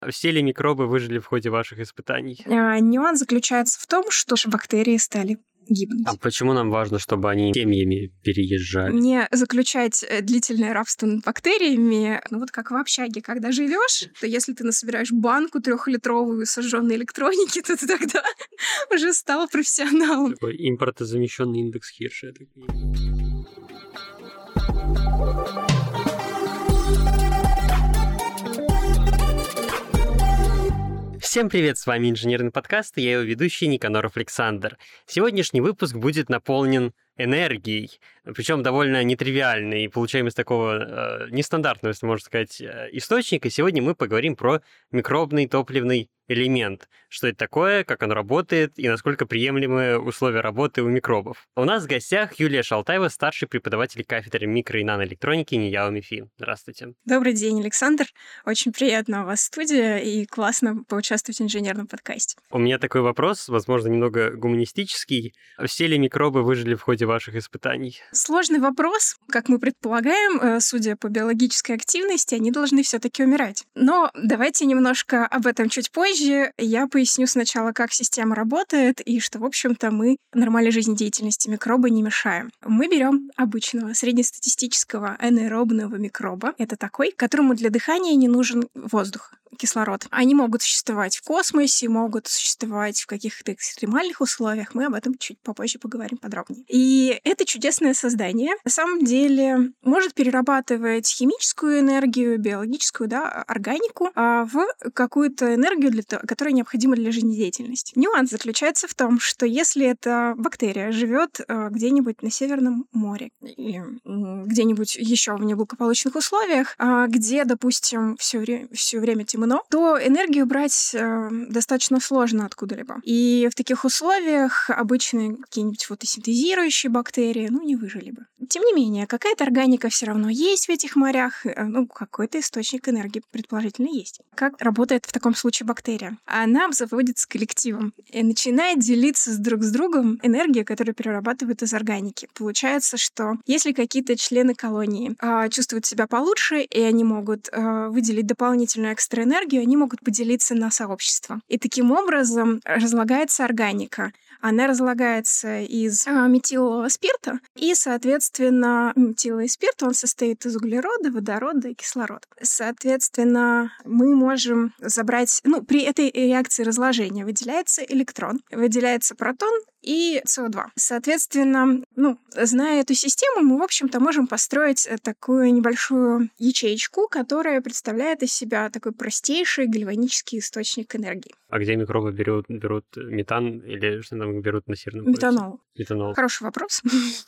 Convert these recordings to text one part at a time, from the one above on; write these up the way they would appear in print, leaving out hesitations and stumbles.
Все ли микробы выжили в ходе ваших испытаний? Нюанс заключается в том, что бактерии стали гибнуть. А почему нам важно, чтобы они семьями переезжали? Не заключать длительное рабство над бактериями, вот как в общаге, когда живешь, то если ты насобираешь банку 3-литровую сожженной электроники, то ты тогда уже стал профессионалом. Такой импортозамещенный индекс Хирша, я так понимаю. Всем привет, с вами Инженерный подкаст, и я его ведущий Никаноров Александр. Сегодняшний выпуск будет наполнен энергией, причем довольно нетривиальной, получаем из такого нестандартного, если можно сказать, источника. Сегодня мы поговорим про микробный топливный элемент. Что это такое, как он работает и насколько приемлемы условия работы у микробов. У нас в гостях Юлия Шалтаева, старший преподаватель кафедры микро- и наноэлектроники НИЯО МИФИ. Здравствуйте. Добрый день, Александр. Очень приятно у вас в студии и классно поучаствовать в инженерном подкасте. У меня такой вопрос, возможно, немного гуманистический. Все ли микробы выжили в ходе ваших испытаний? Сложный вопрос. Как мы предполагаем, судя по биологической активности, они должны все-таки умирать. Но давайте немножко об этом чуть позже. Я поясню сначала, как система работает, и что, в общем-то, мы нормальной жизнедеятельности микроба не мешаем. Мы берем обычного среднестатистического анаэробного микроба. Это такой, которому для дыхания не нужен воздух, кислород. Они могут существовать в космосе, могут существовать в каких-то экстремальных условиях. Мы об этом чуть попозже поговорим подробнее. И это чудесное создание на самом деле может перерабатывать химическую энергию, биологическую, органику в какую-то энергию, которая необходима для жизнедеятельности. Нюанс заключается в том, что если эта бактерия живет где-нибудь на Северном море или где-нибудь еще в неблагополучных условиях, где, допустим, все время темно, то энергию брать достаточно сложно откуда-либо. И в таких условиях обычные какие-нибудь фотосинтезирующие бактерии, не выжили бы. Тем не менее, какая-то органика все равно есть в этих морях, какой-то источник энергии предположительно есть. Как работает в таком случае бактерия? Она обзаводится коллективом и начинает делиться друг с другом энергией, которую перерабатывают из органики. Получается, что если какие-то члены колонии чувствуют себя получше, и они могут выделить дополнительную экстраэнергию, они могут поделиться на сообщество. И таким образом разлагается органика. Она разлагается из метилового спирта, и, соответственно, метиловый спирт, он состоит из углерода, водорода и кислорода. Соответственно, мы можем забрать... при этой реакции разложения выделяется электрон, выделяется протон и СО2. Соответственно, зная эту систему, мы, в общем-то, можем построить такую небольшую ячеечку, которая представляет из себя такой простейший гальванический источник энергии. А где микробы берут метан или что там берут на Северном полюсе? Метанол. Хороший вопрос.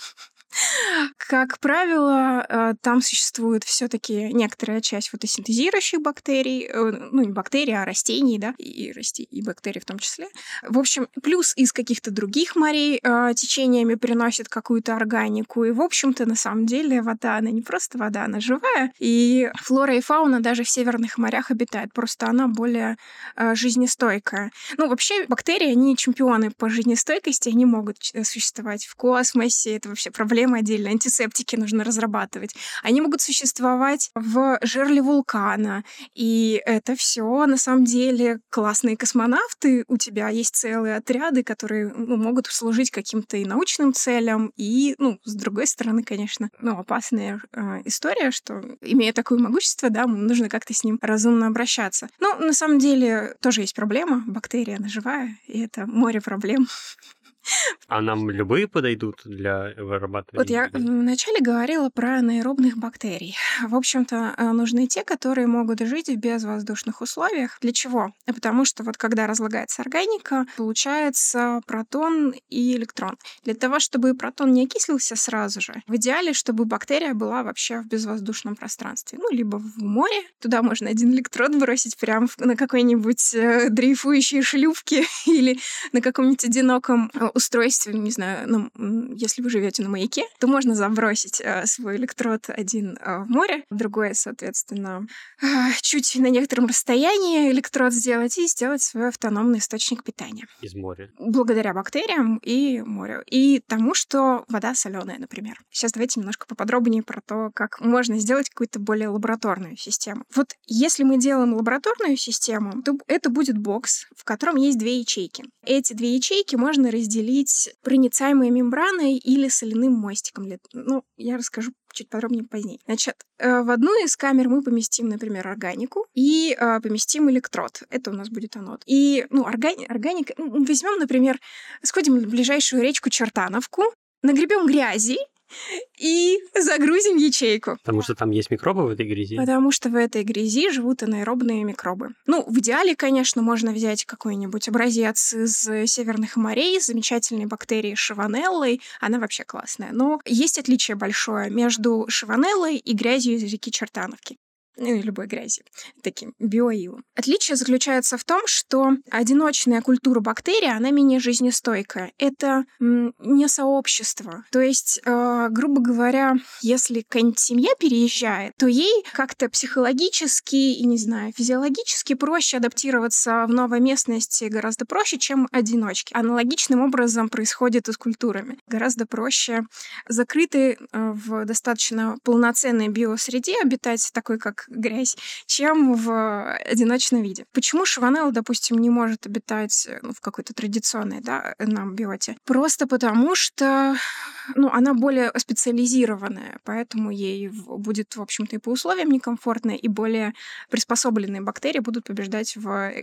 Как правило, там существует все-таки некоторая часть фотосинтезирующих бактерий, не бактерий, а растений, и бактерий в том числе. В общем, плюс из каких-то других морей течениями приносит какую-то органику. И, в общем-то, на самом деле вода, она не просто вода, она живая. И флора и фауна даже в северных морях обитает, просто она более жизнестойкая. Вообще, бактерии, они чемпионы по жизнестойкости, они могут существовать в космосе, это вообще проблема отдельно. Антисептики нужно разрабатывать. Они могут существовать в жерле вулкана. И это все на самом деле классные космонавты. У тебя есть целые отряды, которые могут служить каким-то и научным целям, и, с другой стороны, конечно, опасная история, что, имея такое могущество, нужно как-то с ним разумно обращаться. На самом деле тоже есть проблема. Бактерия, она живая, и это море проблем. А нам любые подойдут для вырабатывания? Я вначале говорила про анаэробных бактерий. В общем-то, нужны те, которые могут жить в безвоздушных условиях. Для чего? Потому что когда разлагается органика, получается протон и электрон. Для того, чтобы протон не окислился сразу же, в идеале, чтобы бактерия была вообще в безвоздушном пространстве. Либо в море, туда можно один электрод бросить прямо на какой-нибудь дрейфующей шлюпке или на каком-нибудь одиноком устройстве, не знаю, если вы живете на маяке, то можно забросить свой электрод один в море, другой, соответственно, чуть на некотором расстоянии электрод сделать и сделать свой автономный источник питания. Из моря. Благодаря бактериям и морю. И тому, что вода соленая, например. Сейчас давайте немножко поподробнее про то, как можно сделать какую-то более лабораторную систему. Вот если мы делаем лабораторную систему, то это будет бокс, в котором есть 2 ячейки. Эти 2 ячейки можно разделить проницаемой мембраной или соляным мостиком. Я расскажу чуть подробнее позднее. Значит, в одну из камер мы поместим, например, органику и поместим электрод. Это у нас будет анод. И, органика... Возьмем, например, сходим в ближайшую речку Чертановку, нагребем грязи и загрузим ячейку. Потому что там есть микробы в этой грязи? Потому что в этой грязи живут анаэробные микробы. В идеале, конечно, можно взять какой-нибудь образец из северных морей с замечательной бактерией шиванеллой. Она вообще классная. Но есть отличие большое между шиванеллой и грязью из реки Чертановки. Любой грязи, таким биоилом. Отличие заключается в том, что одиночная культура бактерий, она менее жизнестойкая. Это не сообщество. То есть, грубо говоря, если какая-нибудь семья переезжает, то ей как-то психологически и, не знаю, физиологически проще адаптироваться в новой местности гораздо проще, чем одиночке. Аналогичным образом происходит и с культурами. Гораздо проще закрыты в достаточно полноценной биосреде обитать, такой как грязь, чем в одиночном виде. Почему шиванелла, допустим, не может обитать в какой-то традиционной, нам биоте? Просто потому, что она более специализированная, поэтому ей будет, в общем-то, и по условиям некомфортно, и более приспособленные бактерии будут побеждать в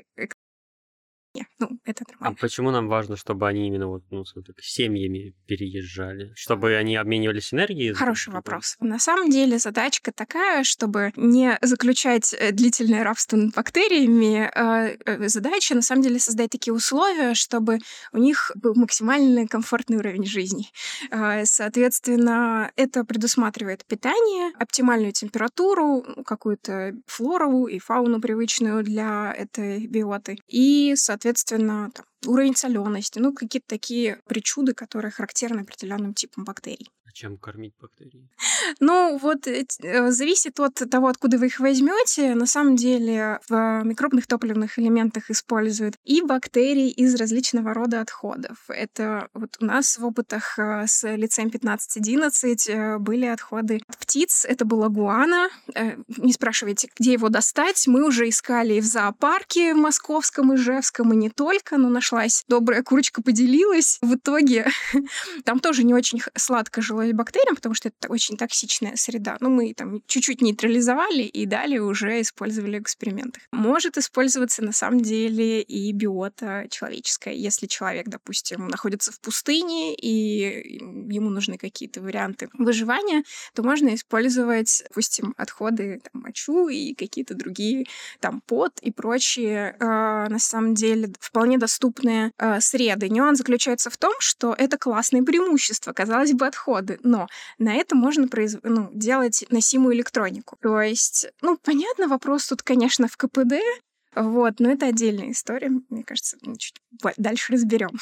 это нормально. А почему нам важно, чтобы они именно семьями переезжали? Чтобы они обменивались энергией? Хороший вопрос. На самом деле задачка такая, чтобы не заключать длительное рабство над бактериями, задача на самом деле создать такие условия, чтобы у них был максимально комфортный уровень жизни. Соответственно, это предусматривает питание, оптимальную температуру, какую-то флору и фауну привычную для этой биоты. И, соответственно, уровень солености, какие-то такие причуды, которые характерны определенным типам бактерий. А чем кормить бактерии? Зависит от того, откуда вы их возьмете. На самом деле в микробных топливных элементах используют и бактерии из различного рода отходов. Это у нас в опытах с лицеем 1511 были отходы от птиц. Это была гуана. Не спрашивайте, где его достать. Мы уже искали и в зоопарке в московском, ижевском, и не только, но нашлась добрая курочка, поделилась. В итоге там тоже не очень сладко жилось бактериям, потому что это очень токсичная среда. Мы там чуть-чуть нейтрализовали и далее уже использовали в экспериментах. Может использоваться на самом деле и биота человеческая. Если человек, допустим, находится в пустыне и ему нужны какие-то варианты выживания, то можно использовать, допустим, отходы, мочу и какие-то другие, пот и прочие, на самом деле, вполне доступные среды. Нюанс заключается в том, что это классное преимущество, казалось бы, отходы, но на это можно делать носимую электронику. То есть, понятно, вопрос тут, конечно, в КПД, но это отдельная история, мне кажется, чуть дальше разберем.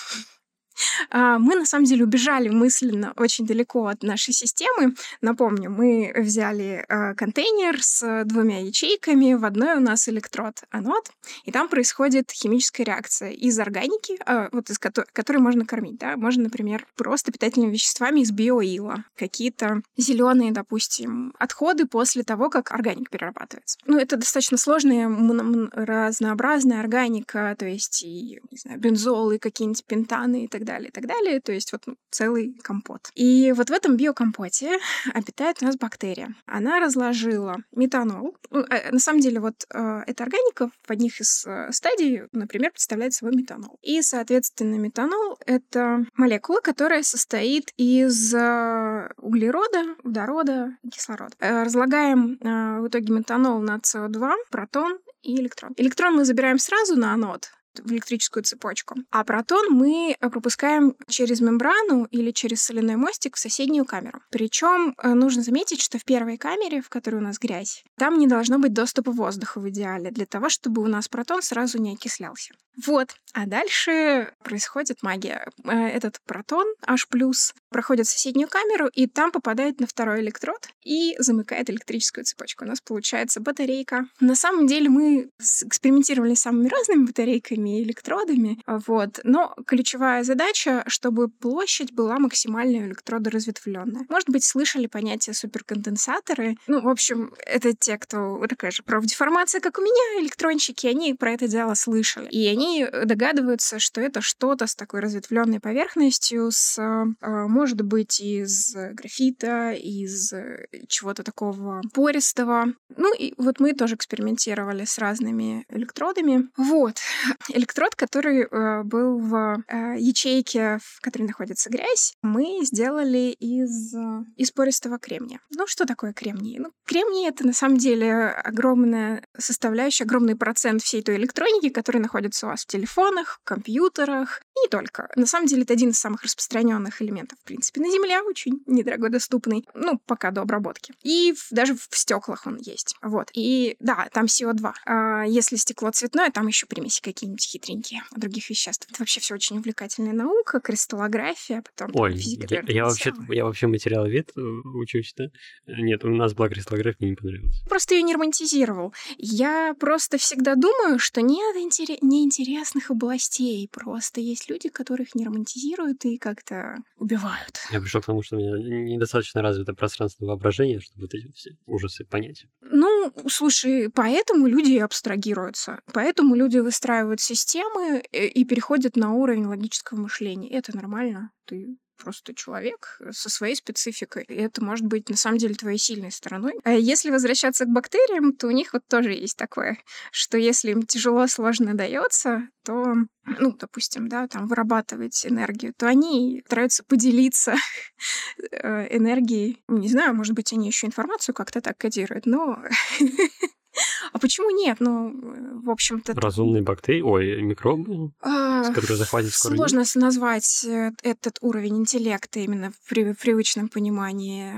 Мы, на самом деле, убежали мысленно очень далеко от нашей системы. Напомню, мы взяли контейнер с 2 ячейками. В одной у нас электрод, анод, и там происходит химическая реакция из органики, из которой можно кормить. Можно, например, просто питательными веществами из биоила. Какие-то зеленые, допустим, отходы после того, как органика перерабатывается. Это достаточно сложная, разнообразная органика, то есть и, не знаю, бензолы, какие-нибудь пентаны и так далее. То есть целый компот. И в этом биокомпоте обитает у нас бактерия. Она разложила метанол. На самом деле эта органика в одних из стадий, например, представляет собой метанол. И, соответственно, метанол — это молекула, которая состоит из углерода, водорода и кислорода. Разлагаем в итоге метанол на СО2, протон и электрон. Электрон мы забираем сразу на анод, в электрическую цепочку. А протон мы пропускаем через мембрану или через соляной мостик в соседнюю камеру. Причем нужно заметить, что в первой камере, в которой у нас грязь, там не должно быть доступа воздуха в идеале, для того, чтобы у нас протон сразу не окислялся. Вот. А дальше происходит магия. Этот протон H+, проходит в соседнюю камеру, и там попадает на второй электрод и замыкает электрическую цепочку. У нас получается батарейка. На самом деле мы экспериментировали с самыми разными батарейками и электродами, вот. Но ключевая задача, чтобы площадь была максимально электродоразветвленная. Может быть, слышали понятие суперконденсаторы. Ну, в общем, это те, кто такая же профдеформация, как у меня, электронщики, они про это дело слышали. И они догадываются, что это что-то с такой разветвленной поверхностью, может быть, из графита, из чего-то такого пористого. Ну, и вот мы тоже экспериментировали с разными электродами. Вот. Электрод, который был в ячейке, в которой находится грязь, мы сделали из пористого кремния. Ну, что такое кремний? Ну, кремний — это на самом деле огромная составляющая, огромный процент всей той электроники, которая находится у вас в телефонах, в компьютерах, и не только. На самом деле это один из самых распространенных элементов, в принципе, на Земле, очень недорогодоступный, ну, пока до обработки. И даже в стеклах он есть. Вот. И да, там CO2. А если стекло цветное, там еще примеси какие-нибудь хитренькие других веществ. Это вообще все очень увлекательная наука, кристаллография, потом Ой, физика. я вообще материаловед учусь, да? Нет, у нас была кристаллография, мне не понравилась. Просто ее не романтизировал. Я просто всегда думаю, что нет неинтересных областей. Просто есть люди, которых не романтизируют и как-то убивают. Я пришел к тому, что у меня недостаточно развито пространственное воображение, чтобы вот эти все ужасы понять. Ну, слушай, поэтому люди и абстрагируются. Поэтому люди выстраивают системы и переходят на уровень логического мышления. Это нормально. Ты просто человек со своей спецификой. И это может быть, на самом деле, твоей сильной стороной. А если возвращаться к бактериям, то у них вот тоже есть такое, что если им тяжело, сложно дается, то, ну, допустим, да, там, вырабатывать энергию, то они стараются поделиться энергией. Не знаю, может быть, они еще информацию как-то так кодируют, но... А почему нет? Ну, в общем-то... Разумные бактерии? Ой, микробы, с которыми захватить скоро нет? Сложно назвать этот уровень интеллекта именно в привычном понимании.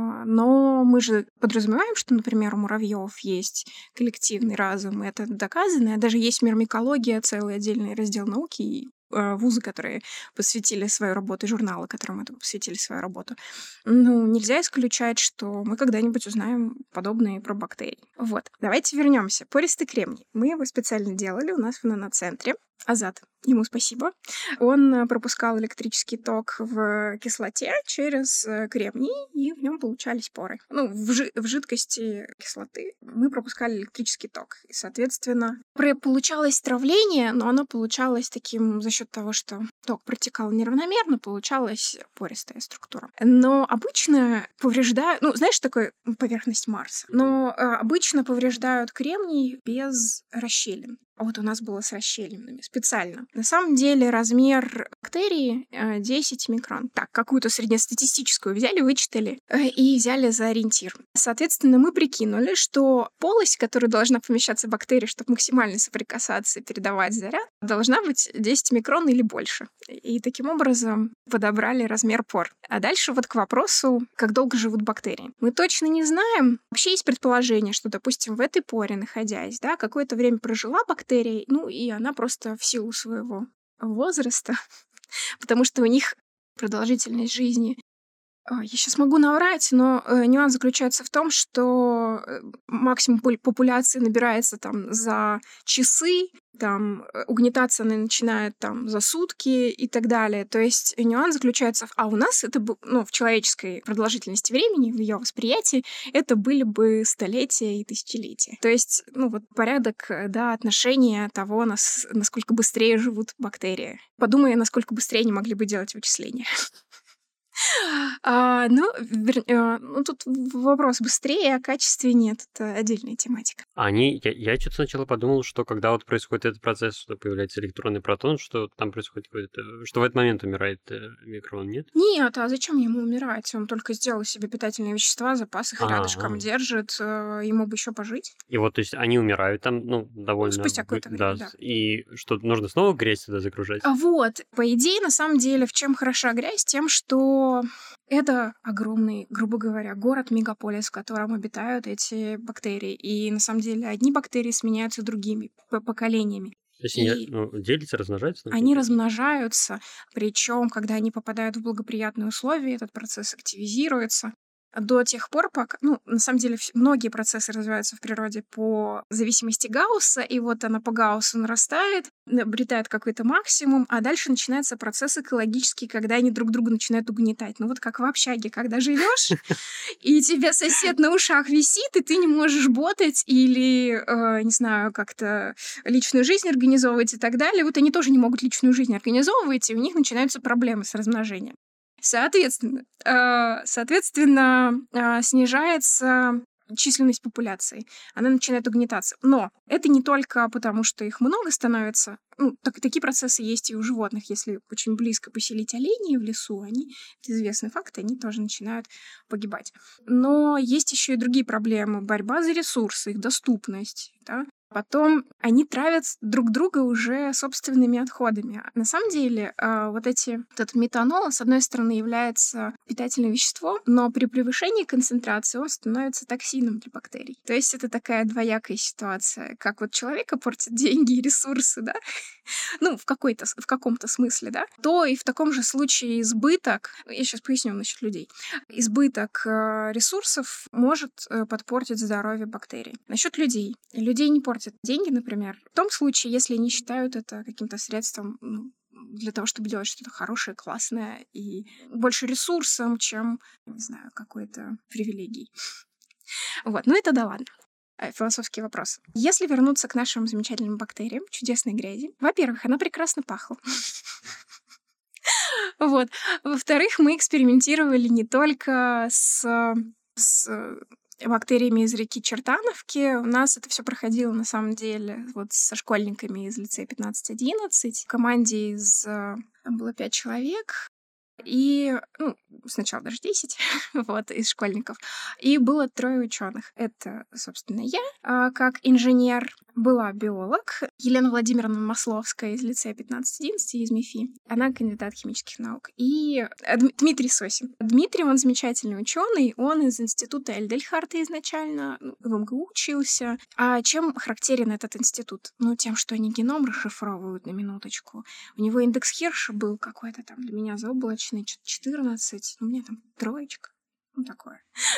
Но мы же подразумеваем, что, например, у муравьев есть коллективный разум, и это доказано. Даже есть мирмикология, целый отдельный раздел науки, и вузы, которые посвятили свою работу, журналы, которым это посвятили свою работу. Ну, нельзя исключать, что мы когда-нибудь узнаем подобное про бактерии. Вот. Давайте вернемся. Пористый кремний. Мы его специально делали у нас в наноцентре. Азат, ему спасибо. Он пропускал электрический ток в кислоте через кремний, и в нем получались поры. Ну, в жидкости кислоты мы пропускали электрический ток. И, соответственно, получалось травление, но оно получалось таким за счет того, что ток протекал неравномерно, получалась пористая структура. Но обычно повреждают... Ну, знаешь, такое поверхность Марса. Но обычно повреждают кремний без расщелин. А вот у нас было с расщелинами специально. На самом деле размер бактерии 10 микрон. Так, какую-то среднестатистическую взяли, вычитали и взяли за ориентир. Соответственно, мы прикинули, что полость, которая должна помещаться бактерии, чтобы максимально соприкасаться и передавать заряд, должна быть 10 микрон или больше. И таким образом подобрали размер пор. А дальше вот к вопросу, как долго живут бактерии. Мы точно не знаем. Вообще есть предположение, что, допустим, в этой поре, находясь, да, какое-то время прожила бактерия, ну и она просто в силу своего возраста, потому что у них продолжительность жизни. Я сейчас могу наврать, но нюанс заключается в том, что максимум популяции набирается там за часы, там угнетаться она начинает там за сутки и так далее. То есть нюанс заключается а у нас это в человеческой продолжительности времени, в ее восприятии, это были бы столетия и тысячелетия. То есть, вот порядок, да, отношения того, насколько быстрее живут бактерии. Подумай, насколько быстрее они могли бы делать вычисления. Тут вопрос быстрее, а качестве нет. Это отдельная тематика. Я что-то сначала подумал, что когда вот происходит этот процесс, что появляется электронный протон, что там происходит что в этот момент умирает микрон, нет? Нет, а зачем ему умирать? Он только сделал себе питательные вещества, запас их рядышком держит, ему бы еще пожить. И вот, то есть они умирают там, довольно... Спустя какое-то время, да. И что, нужно снова грязь туда загружать? Вот. По идее, на самом деле, в чем хороша грязь? Тем, что это огромный, грубо говоря, город-мегаполис, в котором обитают эти бактерии. И на самом деле одни бактерии сменяются другими поколениями. То есть они делятся, размножаются? Они размножаются, причем, когда они попадают в благоприятные условия, этот процесс активизируется. До тех пор, пока... на самом деле, многие процессы развиваются в природе по зависимости Гаусса, и вот она по Гауссу нарастает, обретает какой-то максимум, а дальше начинается процесс экологический, когда они друг друга начинают угнетать. Вот как в общаге, когда живешь, и тебе сосед на ушах висит, и ты не можешь ботать или, не знаю, как-то личную жизнь организовывать и так далее. Вот они тоже не могут личную жизнь организовывать, и у них начинаются проблемы с размножением. Соответственно, снижается численность популяции. Она начинает угнетаться. Но это не только потому, что их много становится. Такие процессы есть и у животных. Если очень близко поселить оленей в лесу, это известный факт, они тоже начинают погибать. Но есть еще и другие проблемы. Борьба за ресурсы, их доступность, да? Потом они травят друг друга уже собственными отходами. На самом деле, этот метанол, с одной стороны, является питательным веществом, но при превышении концентрации он становится токсином для бактерий. То есть это такая двоякая ситуация. Как вот человека портят деньги и ресурсы, да? В каком-то смысле, да? То и в таком же случае избыток, я сейчас поясню насчет людей, избыток ресурсов может подпортить здоровье бактерий. Насчет людей. Людей не портят деньги, например, в том случае, если они считают это каким-то средством для того, чтобы делать что-то хорошее, классное и больше ресурсом, чем, не знаю, какой-то привилегией. Это да ладно. Философский вопрос. Если вернуться к нашим замечательным бактериям, чудесной грязи, во-первых, она прекрасно пахла. Во-вторых, мы экспериментировали не только с бактериями из реки Чертановки. У нас это все проходило, на самом деле, со школьниками из лицея 15-11. В команде там было 5 человек. И, сначала даже 10, из школьников. И было 3 ученых. Это, собственно, я, как инженер, была биолог, Елена Владимировна Масловская из лицея 15-11 из МИФИ. Она кандидат химических наук. И Дмитрий Сосин. Дмитрий, он замечательный ученый, он из института Эльдельхарта изначально, в МГУ учился. А чем характерен этот институт? Тем, что они геном расшифровывают, на минуточку. У него индекс Хирша был какой-то там для меня заоблачный, 14, у меня там 3. Такое.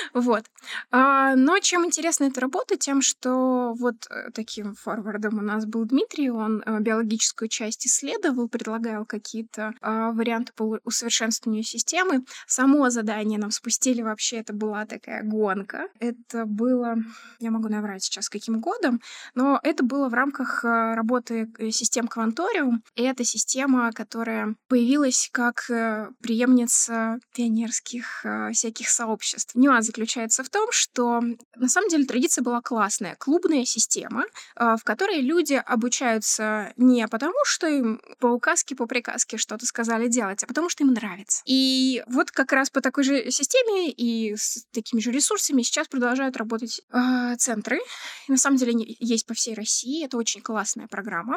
Но чем интересна эта работа? Тем, что таким форвардом у нас был Дмитрий, он биологическую часть исследовал, предлагал какие-то варианты по усовершенствованию системы. Само задание нам спустили вообще, это была такая гонка. Это было, я могу наврать сейчас каким годом, но это было в рамках работы систем Кванториум, и это система, которая появилась как преемница пионерских всяких сообществ. Нюанс заключается в том, что на самом деле традиция была классная. Клубная система, в которой люди обучаются не потому, что им по указке, по приказке что-то сказали делать, а потому что им нравится. И как раз по такой же системе и с такими же ресурсами сейчас продолжают работать центры. На самом деле они есть по всей России. Это очень классная программа.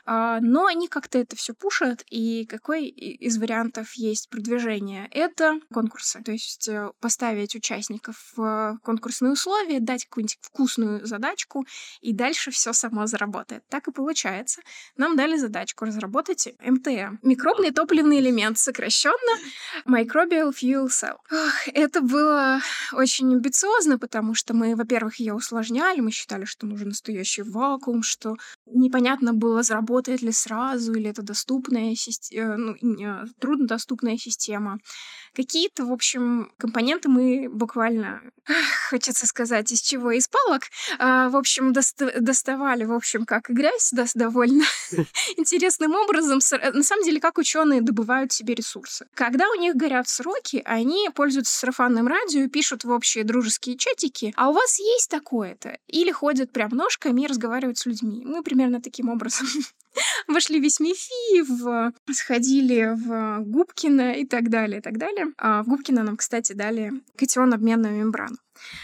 Но они как-то это все пушат. И какой из вариантов есть продвижение? Это конкурсы. То есть поставить участников в конкурсные условия, дать какую-нибудь вкусную задачку, и дальше все само заработает. Так и получается. Нам дали задачку разработать МТМ. Микробный топливный элемент, сокращенно Microbial Fuel Cell. Это было очень амбициозно, потому что мы, во-первых, ее усложняли, мы считали, что нужен настоящий вакуум, что непонятно было, заработает ли сразу, или это доступная система, труднодоступная система. Какие-то, в общем, компоненты мы буквально, хочется сказать, из чего? Из палок. В общем, доставали, как грязь, довольно интересным образом. На самом деле, как ученые добывают себе ресурсы. Когда у них горят сроки, они пользуются сарафанным радио, пишут в общие дружеские чатики, а у вас есть такое-то? Или ходят прям ножками и разговаривают с людьми. Мы примерно таким образом вошли в весь МИФИ, сходили в Губкино и так далее, и так далее. В Губкино нам, кстати, дали катион-обменную мембрану.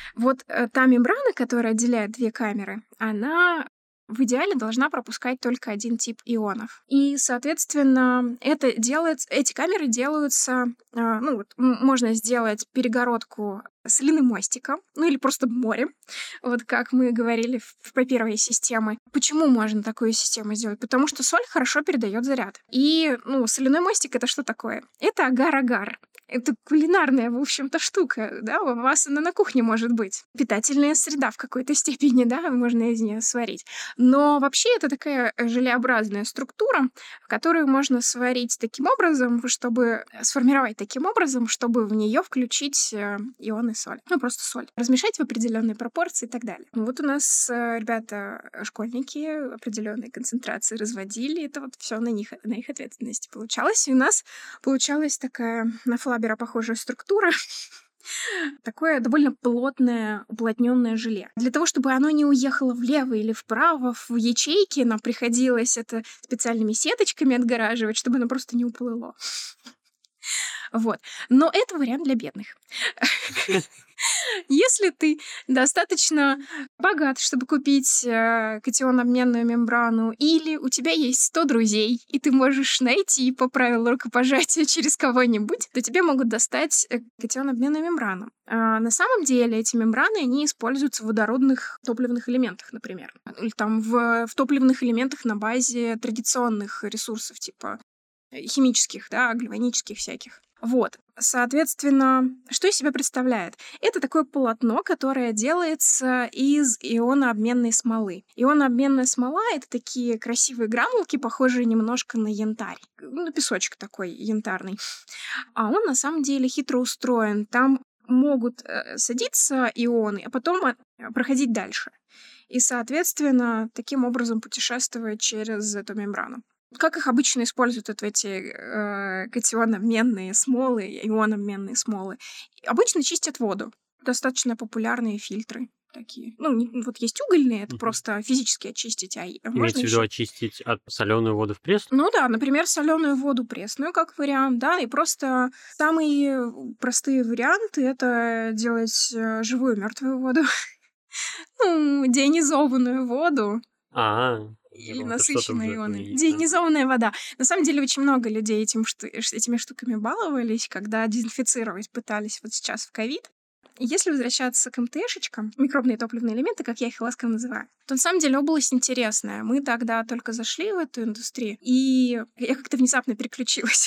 Та мембрана, которая отделяет 2 камеры, она в идеале должна пропускать только один тип ионов. И, соответственно, эти камеры делаются... можно сделать перегородку соляным мостиком, ну или просто морем, вот как мы говорили про первые системы. Почему можно такую систему сделать? Потому что соль хорошо передает заряд. И, соляной мостик — это что такое? Это агар-агар. Это кулинарная, в общем-то, штука, да, у вас она на кухне может быть. Питательная среда в какой-то степени, да, можно из нее сварить. Но вообще это такая желеобразная структура, которую можно сварить таким образом, сформировать таким образом, чтобы в нее включить ионы соли. Просто соль. Размешать в определенной пропорции и так далее. Вот у нас ребята, школьники, определенные концентрации разводили. Это вот все на их ответственности получалось. И у нас получалась такая на флабера похожая структура, такое довольно плотное, уплотненное желе. Для того, чтобы оно не уехало влево или вправо, в ячейки, нам приходилось это специальными сеточками отгораживать, чтобы оно просто не уплыло. Вот. Но это вариант для бедных. Если ты достаточно богат, чтобы купить катионобменную мембрану, или у тебя есть 100 друзей, и ты можешь найти по правилу рукопожатия через кого-нибудь, то тебе могут достать катионобменную мембрану. На самом деле эти мембраны, они используются в водородных топливных элементах, например. Или там в топливных элементах на базе традиционных ресурсов, типа химических, да, гальванических всяких. Вот. Соответственно, что из себя представляет? Это такое полотно, которое делается из ионообменной смолы. Ионообменная смола — это такие красивые гранулки, похожие немножко на янтарь. Песочек такой янтарный. А он на самом деле хитро устроен. Там могут садиться ионы, а потом проходить дальше. И, соответственно, таким образом путешествовать через эту мембрану. Как их обычно используют эти катионобменные смолы, ионообменные смолы? Обычно чистят воду. Достаточно популярные фильтры такие. Вот есть угольные, это просто физически очистить, Имеется в виду очистить соленую воду в пресную? Да, например, соленую воду пресную, как вариант, да, и просто самые простые варианты — это делать живую мертвую воду, деионизованную воду. Или насыщенные ионы. Деионизованная вода. На самом деле очень много людей этими штуками баловались, когда дезинфицировать пытались вот сейчас в ковид. Если возвращаться к МТшечкам, микробные топливные элементы, как я их ласково называю, то на самом деле область интересная. Мы тогда только зашли в эту индустрию, и я как-то внезапно переключилась.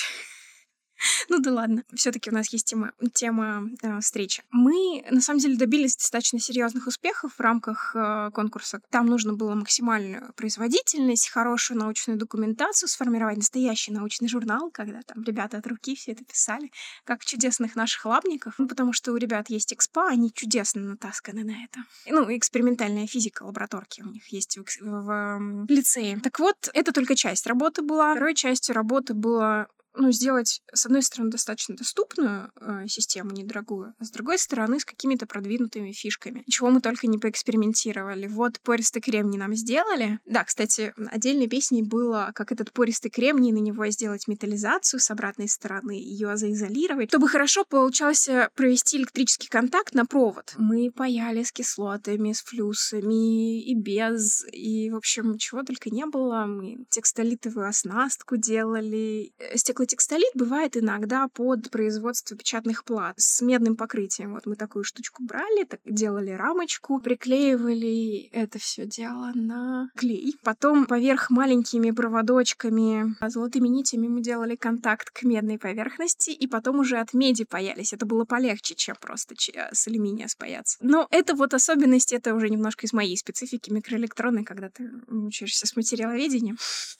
Да ладно, все-таки у нас есть тема встречи. Мы, на самом деле, добились достаточно серьезных успехов в рамках конкурса. Там нужно было максимальную производительность, хорошую научную документацию, сформировать настоящий научный журнал, когда там ребята от руки все это писали, как чудесных наших лабников, потому что у ребят есть экспо, они чудесно натасканы на это. Экспериментальная физика, лабораторки у них есть в лицее. Так вот, это только часть работы была. Второй частью работы было сделать, с одной стороны, достаточно доступную систему, недорогую, а с другой стороны, с какими-то продвинутыми фишками. Чего мы только не поэкспериментировали. Вот пористый кремний нам сделали. Да, кстати, отдельной песней было, как этот пористый кремний, на него сделать металлизацию с обратной стороны, ее заизолировать, чтобы хорошо получалось провести электрический контакт на провод. Мы паяли с кислотами, с флюсами и без, и, в общем, чего только не было. Мы текстолитовую оснастку делали. Стеклотекстолит бывает иногда под производство печатных плат с медным покрытием. Вот мы такую штучку брали, делали рамочку, приклеивали это все дело на клей. Потом поверх маленькими проводочками, золотыми нитями мы делали контакт к медной поверхности, и потом уже от меди паялись. Это было полегче, чем просто с алюминия спаяться. Но это вот особенность, это уже немножко из моей специфики микроэлектроны, когда ты учишься с материаловедением.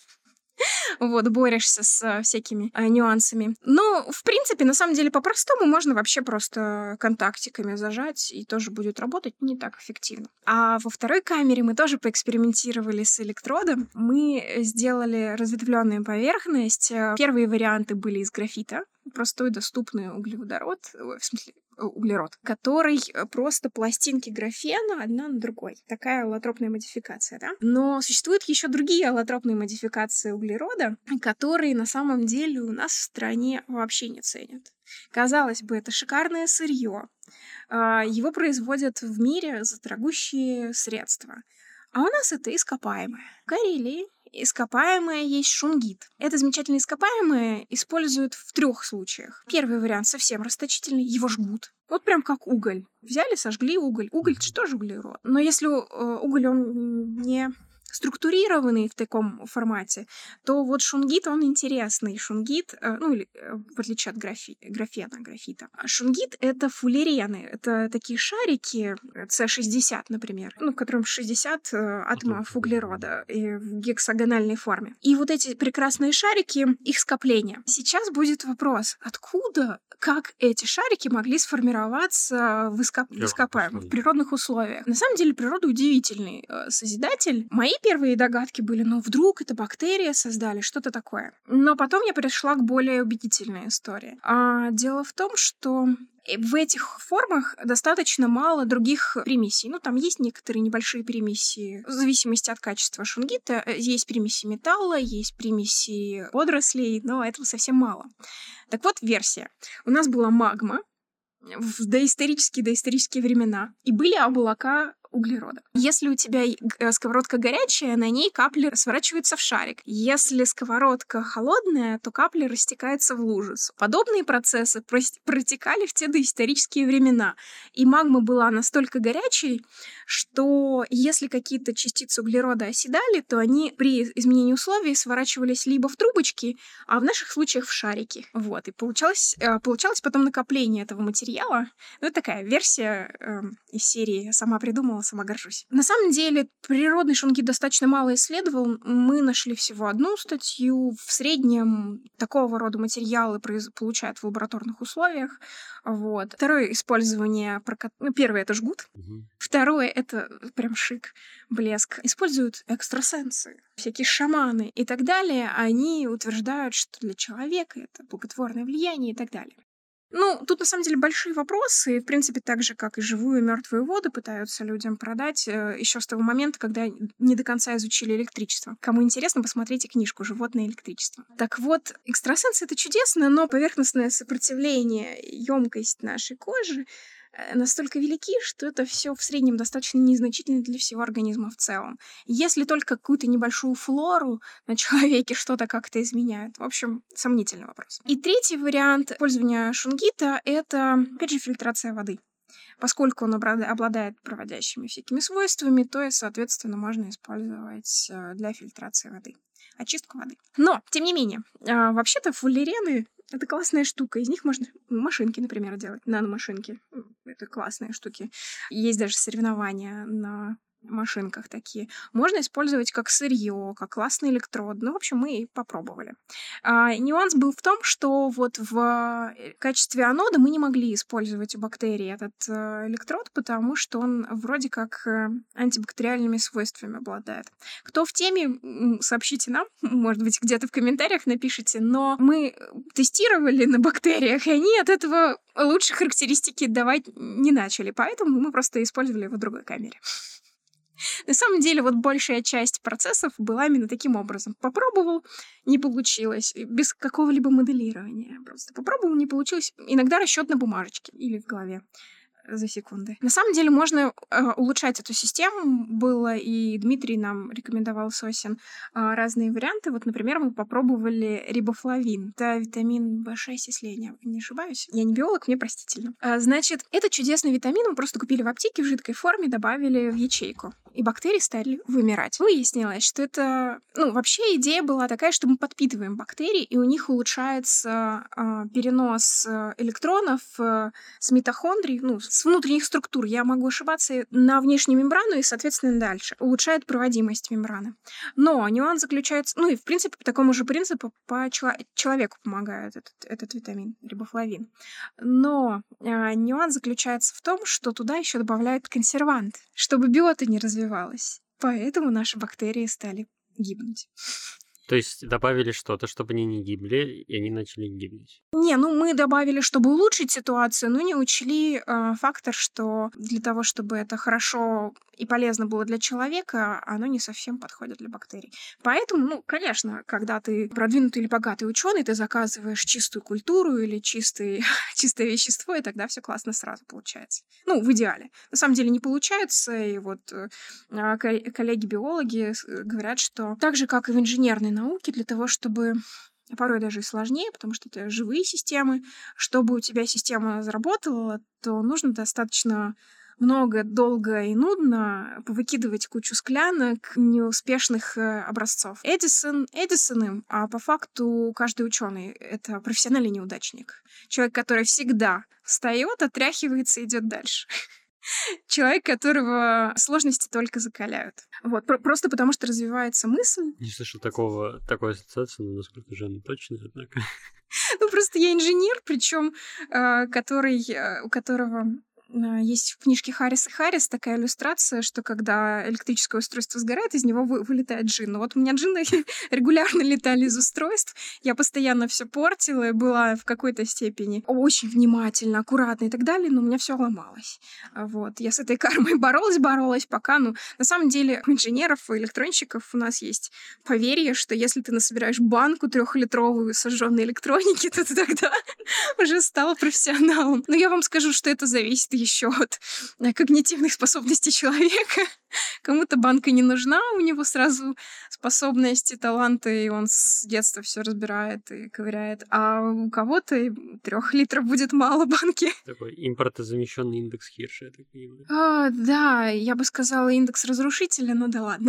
Вот, борешься с всякими нюансами. Но, в принципе, на самом деле, по-простому можно вообще просто контактиками зажать, и тоже будет работать не так эффективно. А во второй камере мы тоже поэкспериментировали с электродом. Мы сделали разветвленную поверхность. Первые варианты были из графита. Простой, доступный углеводород, углерод, который просто пластинки графена одна на другой. Такая аллотропная модификация, да? Но существуют еще другие аллотропные модификации углерода, которые на самом деле у нас в стране вообще не ценят. Казалось бы, это шикарное сырье. Его производят в мире за дорогущие средства. А у нас это ископаемое. В Карелии ископаемое есть шунгит. Это замечательное ископаемое используют в 3 случаях. Первый вариант совсем расточительный, его жгут. Вот прям как уголь. Взяли, сожгли уголь. Уголь — это же тоже углерод. Но если уголь, он не структурированный в таком формате, то вот шунгит, он интересный. Шунгит, в отличие от графита. Шунгит — это фуллерены. Это такие шарики, С60, например, в котором 60 атомов углерода в гексагональной форме. И вот эти прекрасные шарики, их скопление. Сейчас будет вопрос, откуда, как эти шарики могли сформироваться в ископаемых, в природных условиях. На самом деле природа удивительный созидатель. Мои первые догадки были, вдруг это бактерии создали, что-то такое. Но потом я пришла к более убедительной истории. Дело в том, что в этих формах достаточно мало других примесей. Там есть некоторые небольшие примеси в зависимости от качества шунгита. Есть примеси металла, есть примеси водорослей, но этого совсем мало. Так вот, версия. У нас была магма в доисторические времена, и были облака углерода. Если у тебя сковородка горячая, на ней капли сворачиваются в шарик. Если сковородка холодная, то капли растекаются в лужицу. Подобные процессы протекали в те доисторические времена. И магма была настолько горячей, что если какие-то частицы углерода оседали, то они при изменении условий сворачивались либо в трубочки, а в наших случаях в шарики. Вот. И получалось потом накопление этого материала. Это такая версия из серии «Сама придумала, сама горжусь». На самом деле, природный шунгит достаточно мало исследовал. Мы нашли всего одну статью. В среднем такого рода материалы получают в лабораторных условиях. Вот. Второе использование... Первое — это жгут. Второе — это прям шик, блеск. Используют экстрасенсы, всякие шаманы и так далее. Они утверждают, что для человека это благотворное влияние и так далее. Тут на самом деле большие вопросы, и, в принципе, так же, как и живую и мертвую воду пытаются людям продать еще с того момента, когда не до конца изучили электричество. Кому интересно, посмотрите книжку «Животное электричество». Так вот, экстрасенсы — это чудесно, но поверхностное сопротивление, емкость нашей кожи настолько велики, что это все в среднем достаточно незначительно для всего организма в целом. Если только какую-то небольшую флору на человеке что-то как-то изменяет. В общем, сомнительный вопрос. И третий вариант использования шунгита — это, опять же, фильтрация воды. Поскольку он обладает проводящими всякими свойствами, то и, соответственно, можно использовать для фильтрации воды. Очистку воды. Но, тем не менее, вообще-то фуллерены — это классная штука. Из них можно машинки, например, делать. Наномашинки. Это классные штуки. Есть даже соревнования на машинках такие. Можно использовать как сырье, как классный электрод. В общем, мы и попробовали. Нюанс был в том, что вот в качестве анода мы не могли использовать у бактерий этот электрод, потому что он вроде как антибактериальными свойствами обладает. Кто в теме, сообщите нам, может быть, где-то в комментариях напишите, но мы тестировали на бактериях, и они от этого лучше характеристики давать не начали, поэтому мы просто использовали его в другой камере. На самом деле, вот большая часть процессов была именно таким образом. Попробовал, не получилось, без какого-либо моделирования. Просто попробовал, не получилось. Иногда расчет на бумажечке или в голове за секунды. На самом деле можно улучшать эту систему. Было, и Дмитрий нам рекомендовал, Сосин, разные варианты. Вот, например, мы попробовали рибофлавин. Это витамин В6, если я не ошибаюсь. Я не биолог, мне простительно. Значит, это чудесный витамин мы просто купили в аптеке в жидкой форме, добавили в ячейку. И бактерии стали вымирать. Выяснилось, что это... вообще идея была такая, что мы подпитываем бактерии, и у них улучшается перенос электронов с митохондрий, с внутренних структур, я могу ошибаться, на внешнюю мембрану и, соответственно, дальше. Улучшает проводимость мембраны. Но нюанс заключается... и, в принципе, по такому же принципу человеку помогает этот витамин, рибофлавин. Но нюанс заключается в том, что туда еще добавляют консервант, чтобы биота не развивалась. Поэтому наши бактерии стали гибнуть. То есть добавили что-то, чтобы они не гибли, и они начали гибнуть. Не, ну мы добавили, чтобы улучшить ситуацию, но не учли фактор, что для того, чтобы это хорошо и полезно было для человека, оно не совсем подходит для бактерий. Поэтому, ну, конечно, когда ты продвинутый или богатый ученый, ты заказываешь чистую культуру или чистое вещество, и тогда все классно сразу получается. Ну, в идеале. На самом деле не получается, и вот коллеги-биологи говорят, что так же, как и в инженерной науке, для того, чтобы порой даже и сложнее, потому что это живые системы. Чтобы у тебя система заработала, то нужно достаточно много, долго и нудно повыкидывать кучу склянок неуспешных образцов. Эдисоном, а по факту каждый ученый это профессиональный неудачник. Человек, который всегда встает, отряхивается и идет дальше. Человек, которого сложности только закаляют. Вот, просто потому что развивается мысль. Не слышал такой ассоциации, но насколько же она точная, однако. Ну, просто я инженер, причем у которого есть в книжке Харрис и Харрис такая иллюстрация, что когда электрическое устройство сгорает, из него вылетает джин. Ну вот у меня джинны регулярно летали из устройств, я постоянно все портила и была в какой-то степени очень внимательна, аккуратна и так далее, но у меня все ломалось. Вот. Я с этой кармой боролась, пока, ну, на самом деле у инженеров и электронщиков у нас есть поверье, что если ты насобираешь банку 3-литровую сожженной электроники, то ты тогда уже стал профессионалом. Но я вам скажу, что это зависит еще от когнитивных способностей человека. Кому-то банка не нужна, у него сразу способности, таланты, и он с детства все разбирает и ковыряет. А у кого-то 3 литров будет мало банки. Такой импортозамещенный индекс Хирша, я так понимаю. Да, я бы сказала индекс разрушителя, но да ладно.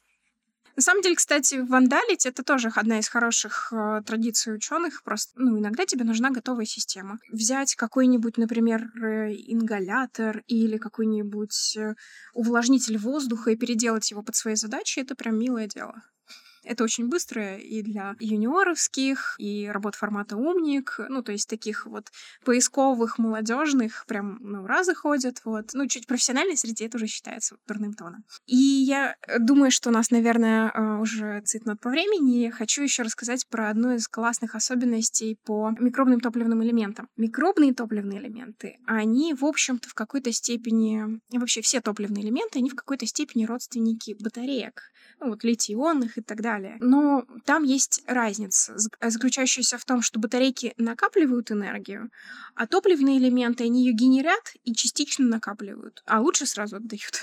На самом деле, кстати, вандалить — это тоже одна из хороших традиций ученых. Просто, ну, иногда тебе нужна готовая система. Взять какой-нибудь, например, ингалятор или какой-нибудь увлажнитель воздуха и переделать его под свои задачи — это прям милое дело. Это очень быстро и для юниоровских, и работ формата умник, ну, то есть таких вот поисковых, молодежных, прям на ура заходят, вот. Ну, чуть профессиональной среде это уже считается дурным тоном. И я думаю, что у нас, наверное, уже цитнот по времени. Хочу еще рассказать про одну из классных особенностей по микробным топливным элементам. Микробные топливные элементы, они, в общем-то, в какой-то степени, вообще все топливные элементы, они в какой-то степени родственники батареек, ну, вот литий-ионных и так далее. Но там есть разница, заключающаяся в том, что батарейки накапливают энергию, а топливные элементы, они ее генерят и частично накапливают, а лучше сразу отдают.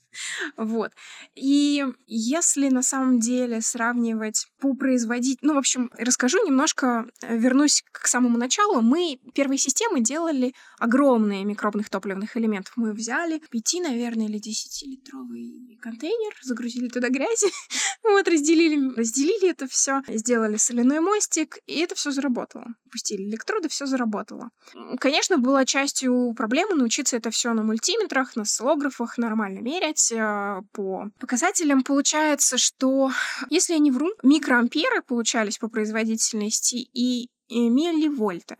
Вот. И если на самом деле сравнивать по производительности... Ну, в общем, расскажу немножко, вернусь к самому началу. Мы первые системы делали огромные микробных топливных элементов. Мы взяли 5, наверное, или 10-литровый контейнер, загрузили туда грязи, вот, разделили это все, сделали соляной мостик, и это все заработало. Пустили электроды, все заработало. Конечно, была частью проблемы научиться это все на мультиметрах, на осциллографах нормально мерять. По показателям получается, что, если я не вру, микроамперы получались по производительности и милливольты.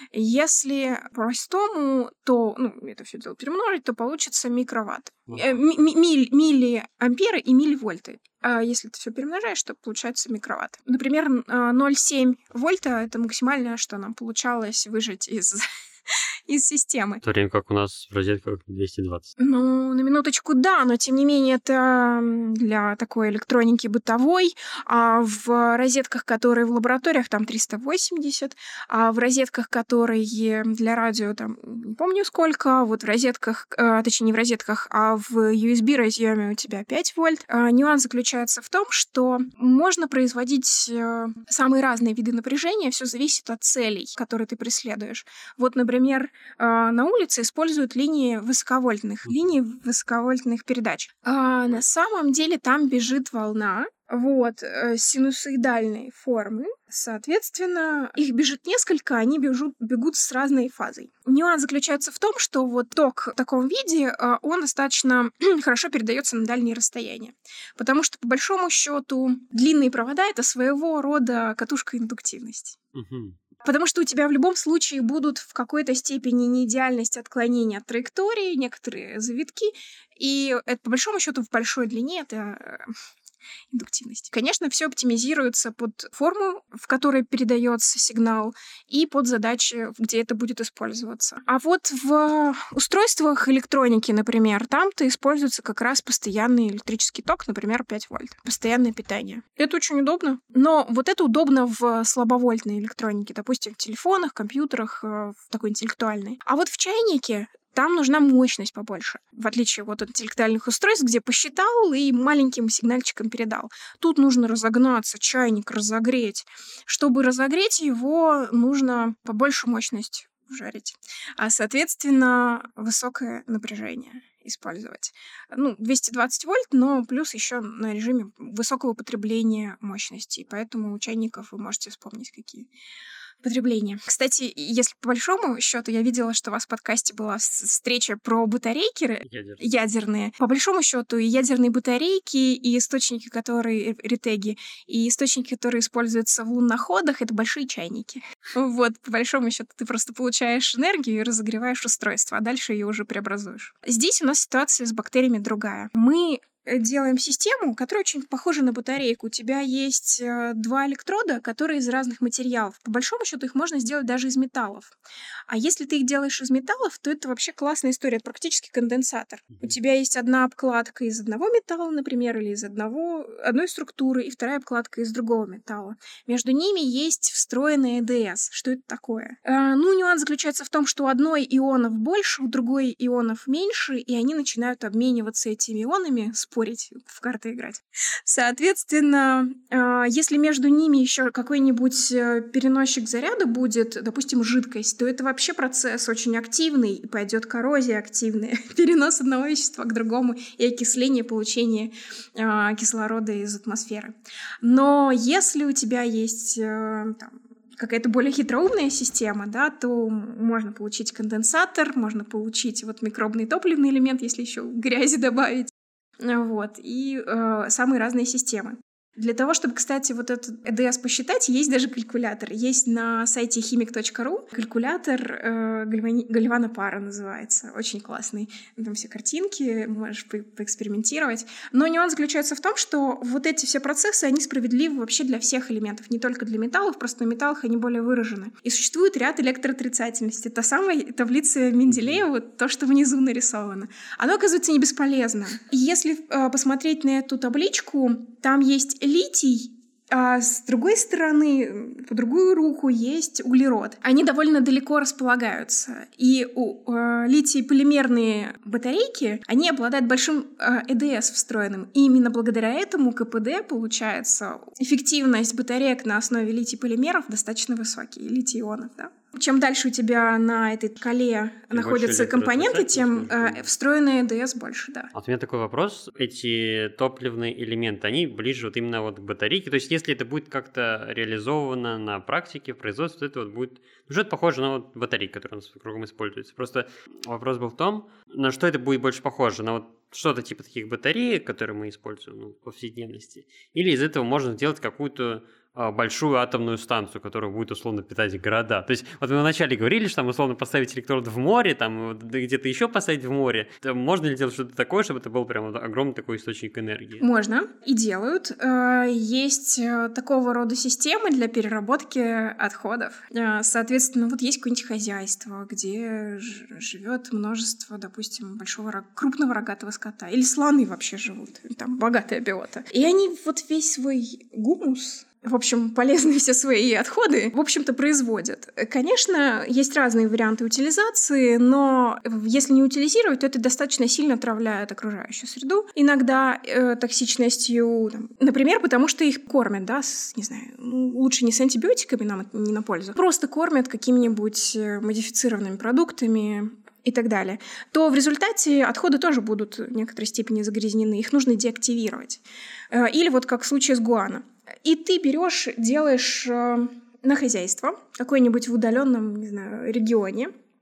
Если простому, то, ну, это все дело перемножить, то получится микроватт. Миллиамперы и милливольты. А если ты все перемножаешь, то получается микроватт. Например, 0,7 вольта — это максимальное, что нам получалось выжать из системы. В то время как у нас в розетках 220. Ну, на минуточку, да, но тем не менее это для такой электроники бытовой, а в розетках, которые в лабораториях, там 380, а в розетках, которые для радио, там, не помню сколько, вот в розетках, точнее, не в розетках, а в USB-разъеме у тебя 5 вольт. Нюанс заключается в том, что можно производить самые разные виды напряжения, все зависит от целей, которые ты преследуешь. Вот, например, на улице используют линии высоковольтных передач. А на самом деле там бежит волна, вот, синусоидальной формы. Соответственно, их бежит несколько, они бегут с разной фазой. Нюанс заключается в том, что вот ток в таком виде, он достаточно хорошо передается на дальние расстояния. Потому что, по большому счету, длинные провода — это своего рода катушка индуктивности. Потому что у тебя в любом случае будут в какой-то степени неидеальность отклонения от траектории, некоторые завитки, и это, по большому счету, в большой длине это индуктивности. Конечно, все оптимизируется под форму, в которой передается сигнал, и под задачи, где это будет использоваться. А вот в устройствах электроники, например, там-то используется как раз постоянный электрический ток, например, 5 вольт. Постоянное питание. Это очень удобно. Но вот это удобно в слабовольтной электронике, допустим, в телефонах, компьютерах, в такой интеллектуальной. А вот в чайнике там нужна мощность побольше, в отличие от интеллектуальных устройств, где посчитал и маленьким сигнальчиком передал. Тут нужно разогнаться, чайник разогреть. Чтобы разогреть его, нужно побольше мощность жарить, а, соответственно, высокое напряжение использовать. 220 вольт, но плюс еще на режиме высокого потребления мощности. Поэтому у чайников вы можете вспомнить, какие потребления. Кстати, если по большому счету, я видела, что у вас в подкасте была встреча про батарейки ядерные. По большому счету, и ядерные батарейки, и источники, которые ретеги, и источники, которые используются в луноходах, это большие чайники. Вот, по большому счету, ты просто получаешь энергию и разогреваешь устройство, а дальше ее уже преобразуешь. Здесь у нас ситуация с бактериями другая. Мы делаем систему, которая очень похожа на батарейку. У тебя есть 2 электрода, которые из разных материалов. По большому счету их можно сделать даже из металлов. А если ты их делаешь из металлов, то это вообще классная история. Это практически конденсатор. У тебя есть одна обкладка из одного металла, например, или из одной структуры, и вторая обкладка из другого металла. Между ними есть встроенный ЭДС. Что это такое? Нюанс заключается в том, что у одной ионов больше, у другой ионов меньше, и они начинают обмениваться этими ионами, спорить, в карты играть. Соответственно, если между ними еще какой-нибудь переносчик заряда будет, допустим, жидкость, то это вообще процесс очень активный, и пойдет коррозия активная, перенос одного вещества к другому и окисление, получение кислорода из атмосферы. Но если у тебя есть какая-то более хитроумная система, да, то можно получить конденсатор, можно получить микробный топливный элемент, если еще грязи добавить. И самые разные системы. Для того, чтобы, кстати, этот ЭДС посчитать, есть даже калькулятор. Есть на сайте chimic.ru калькулятор Галивана Пара называется. Очень классный. Там все картинки, можешь поэкспериментировать. Но нюанс заключается в том, что вот эти все процессы, они справедливы вообще для всех элементов, не только для металлов, просто на металлах они более выражены. И существует ряд электроотрицательности. Та самая таблица Менделеева, то, что внизу нарисовано. Оно, оказывается, не бесполезно. И если посмотреть на эту табличку, там есть литий, а с другой стороны, по другую руку есть углерод. Они довольно далеко располагаются. И литий-полимерные батарейки, они обладают большим ЭДС встроенным. И именно благодаря этому КПД, получается, эффективность батареек на основе литий-полимеров достаточно высокий, литий-ионов, да. Чем дальше у тебя на этой шкале находятся компоненты, тем встроенный ЭДС больше, да. Вот у меня такой вопрос. Эти топливные элементы, они ближе именно к батарейке. То есть если это будет как-то реализовано на практике, в производстве, то это будет что-то похоже на батарейки, которые у нас кругом используются. Просто вопрос был в том, на что это будет больше похоже. На что-то типа таких батареек, которые мы используем в повседневности. Или из этого можно сделать какую-то большую атомную станцию, которая будет условно питать города. То есть мы вначале говорили, что там условно поставить электрод в море, там где-то еще поставить в море. Можно ли делать что-то такое, чтобы это был прям огромный такой источник энергии? Можно и делают. Есть такого рода системы для переработки отходов. Соответственно, есть какое-нибудь хозяйство, где живет множество, допустим, крупного рогатого скота. Или слоны вообще живут. Там богатая биота. И они весь свой гумус, в общем, полезные все свои отходы, в общем-то, производят. Конечно, есть разные варианты утилизации, но если не утилизировать, то это достаточно сильно отравляет окружающую среду. Иногда токсичностью, например, потому что их кормят, да, лучше не с антибиотиками, нам это не на пользу, просто кормят какими-нибудь модифицированными продуктами и так далее, то в результате отходы тоже будут в некоторой степени загрязнены, их нужно деактивировать. Или как в случае с гуано. И ты делаешь на хозяйство, какое-нибудь в удаленном, регионе,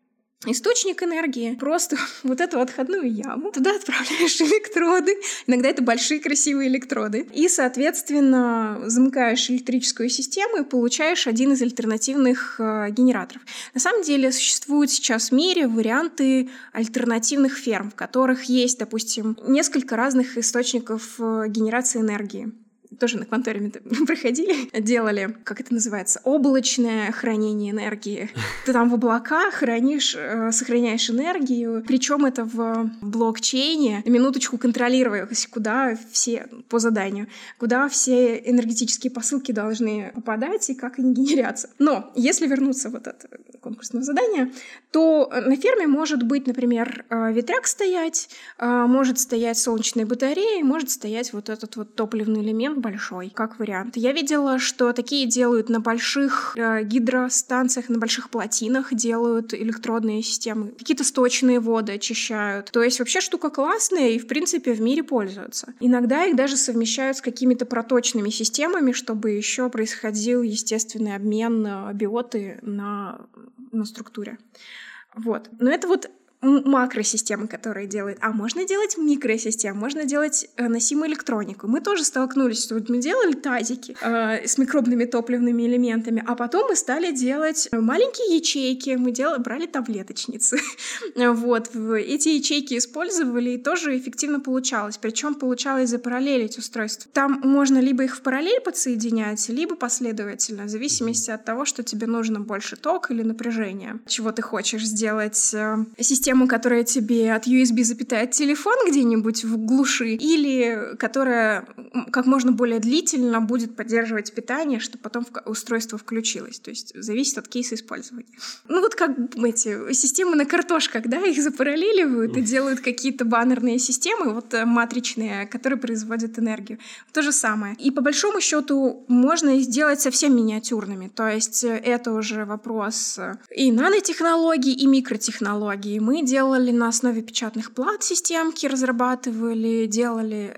источник энергии, просто вот эту отходную яму. Туда отправляешь электроды. Иногда это большие красивые электроды. И, соответственно, замыкаешь электрическую систему и получаешь один из альтернативных генераторов. На самом деле существуют сейчас в мире варианты альтернативных ферм, в которых есть, допустим, несколько разных источников генерации энергии. Тоже на кванториуме проходили, делали, как это называется, облачное хранение энергии. Ты там в облаках сохраняешь энергию, причем это в блокчейне, на минуточку контролировалось, куда все, по заданию, куда все энергетические посылки должны попадать и как они генерятся. Но если вернуться вот от конкурсного задания, то на ферме может быть, например, ветряк стоять, может стоять солнечная батарея, может стоять вот этот вот топливный элемент большой, как вариант. Я видела, что такие делают на больших гидростанциях, на больших плотинах, делают электродные системы. Какие-то сточные воды очищают. То есть вообще штука классная и, в принципе, в мире пользуются. Иногда их даже совмещают с какими-то проточными системами, чтобы еще происходил естественный обмен биоты на структуре. Вот. Но это вот макросистемы, которые делают. А можно делать микросистемы, можно делать носимую электронику. Мы тоже столкнулись, что вот мы делали тазики с микробными топливными элементами, а потом мы стали делать маленькие ячейки, мы брали таблеточницы. Вот. Эти ячейки использовали, и тоже эффективно получалось. Причем получалось запараллелить устройство. Там можно либо их в параллель подсоединять, либо последовательно, в зависимости от того, что тебе нужно больше тока или напряжения. Чего ты хочешь сделать систему, которая тебе от USB запитает телефон где-нибудь в глуши, или которая как можно более длительно будет поддерживать питание, чтобы потом устройство включилось. То есть зависит от кейса использования. Ну вот как эти системы на картошках, да, их запараллеливают и делают какие-то баннерные системы, вот матричные, которые производят энергию. То же самое. И по большому счету можно их сделать совсем миниатюрными. То есть это уже вопрос и нанотехнологий, и микротехнологий. Мы делали на основе печатных плат системки, разрабатывали, делали,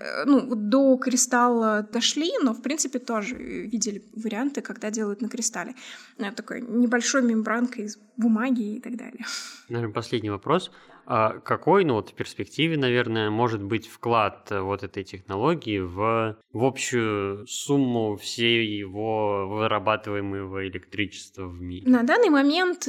до кристалла дошли, но, в принципе, тоже видели варианты, когда делают на кристалле. Такой небольшой мембранкой из бумаги и так далее. Наверное, последний вопрос. А какой, в перспективе, наверное, может быть вклад вот этой технологии в общую сумму всего вырабатываемого электричества в мире? На данный момент...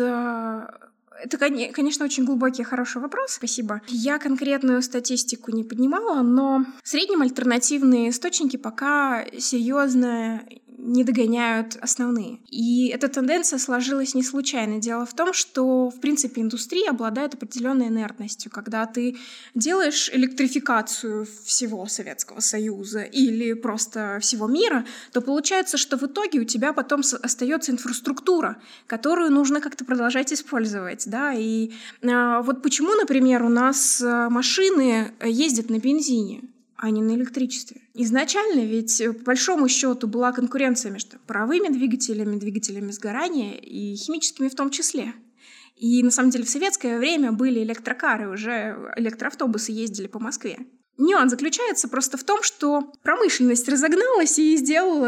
Это, конечно, очень глубокий и хороший вопрос, спасибо. Я конкретную статистику не поднимала, но в среднем альтернативные источники пока серьезно не догоняют основные. И эта тенденция сложилась не случайно. Дело в том, что, в принципе, индустрия обладает определенной инертностью. Когда ты делаешь электрификацию всего Советского Союза или просто всего мира, то получается, что в итоге у тебя потом остается инфраструктура, которую нужно как-то продолжать использовать. Да? И вот почему, например, у нас машины ездят на бензине, а не на электричестве. Изначально ведь, по большому счету, была конкуренция между паровыми двигателями сгорания и химическими в том числе. И, на самом деле, в советское время были электрокары, уже электроавтобусы ездили по Москве. Нюанс заключается просто в том, что промышленность разогналась и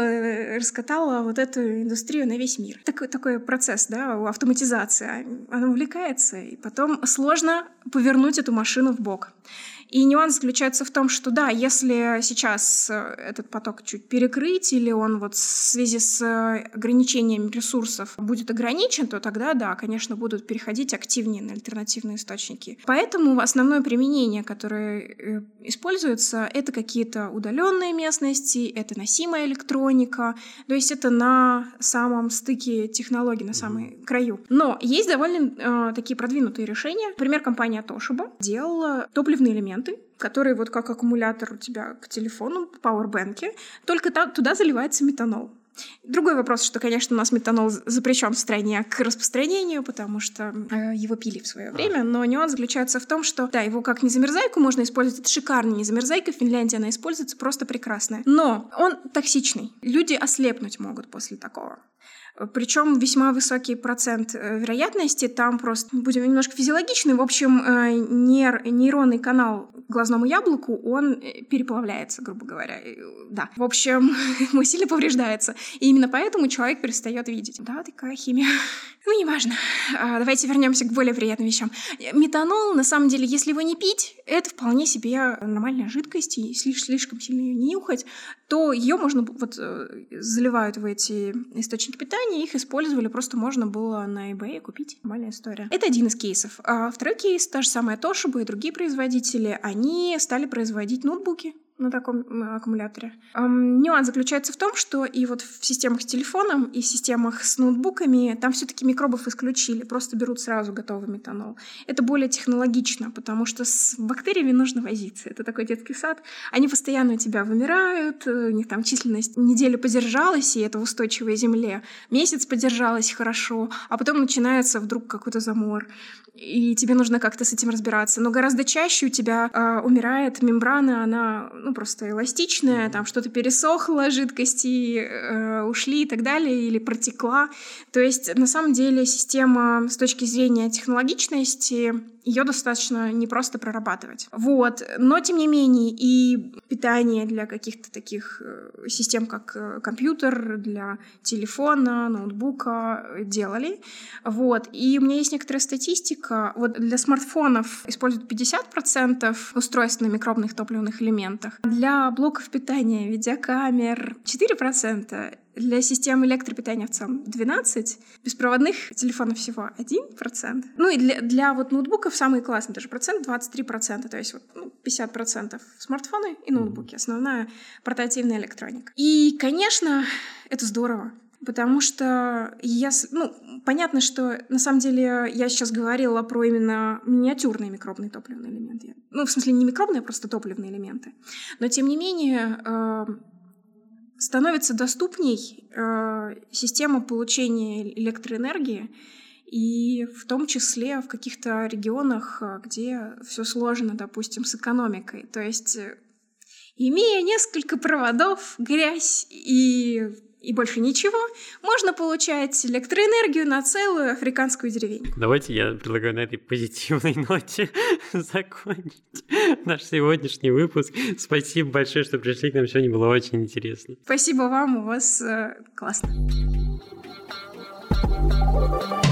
раскатала вот эту индустрию на весь мир. Такой процесс, да, автоматизация. Она увлекается, и потом сложно повернуть эту машину в бок. И нюанс заключается в том, что да, если сейчас этот поток чуть перекрыть, или он вот в связи с ограничением ресурсов будет ограничен, то тогда, да, конечно, будут переходить активнее на альтернативные источники. Поэтому основное применение, которое используется, это какие-то удаленные местности, это носимая электроника, то есть это на самом стыке технологий, на самом краю. Но есть довольно такие продвинутые решения. Например, компания Toshiba делала топливные элементы, которые вот как аккумулятор у тебя к телефону, в пауэрбэнке, только туда заливается метанол. Другой вопрос, что, конечно, у нас метанол запрещен в стране к распространению, потому что его пили в свое время, но нюанс заключается в том, что, да, его как незамерзайку можно использовать, это шикарная незамерзайка, в Финляндии она используется просто прекрасная, но он токсичный, люди ослепнуть могут после такого. Причем весьма высокий процент вероятности, там просто, будем немножко физиологичны, в общем, нейронный канал глазному яблоку, он переплавляется, грубо говоря, да. В общем, сильно повреждается. И именно поэтому человек перестает видеть. Да, такая химия. Ну, неважно. Давайте вернемся к более приятным вещам. Метанол, на самом деле, если его не пить, это вполне себе нормальная жидкость, и если слишком сильно ее не нюхать, то ее можно, заливают в эти источники питания, их использовали, просто можно было на eBay купить. Нормальная история. Это один из кейсов. А второй кейс, та же самая Toshiba и другие производители, они стали производить ноутбуки на таком аккумуляторе. Нюанс заключается в том, что и вот в системах с телефоном, и в системах с ноутбуками там все-таки микробов исключили, просто берут сразу готовый метанол. Это более технологично, потому что с бактериями нужно возиться. Это такой детский сад. Они постоянно у тебя вымирают, у них там численность неделю подержалась, и это в устойчивой земле. Месяц подержалась хорошо, а потом начинается вдруг какой-то замор, и тебе нужно как-то с этим разбираться. Но гораздо чаще у тебя умирает мембрана, она просто эластичная, там что-то пересохло, жидкости ушли и так далее, или протекла. То есть, на самом деле, система с точки зрения технологичности, ее достаточно непросто прорабатывать. Вот. Но, тем не менее, и питание для каких-то таких систем, как компьютер, для телефона, ноутбука делали. Вот. И у меня есть некоторая статистика. Вот для смартфонов используют 50% устройств на микробных топливных элементах. Для блоков питания, видеокамер 4%. Для систем электропитания в целом 12%, беспроводных телефонов всего 1%. Ну и для ноутбуков самый классный даже процент 23%, то есть 50% смартфоны и ноутбуки, основная портативная электроника. И, конечно, это здорово. Потому что понятно, что на самом деле я сейчас говорила про именно миниатюрные микробные топливные элементы. В смысле не микробные, а просто топливные элементы. Но тем не менее становится доступней система получения электроэнергии, и в том числе в каких-то регионах, где все сложно, допустим, с экономикой. То есть, имея несколько проводов, грязь и больше ничего, можно получать электроэнергию на целую африканскую деревень. Давайте я предлагаю на этой позитивной ноте закончить наш сегодняшний выпуск. Спасибо большое, что пришли к нам сегодня, было очень интересно. Спасибо вам, у вас классно.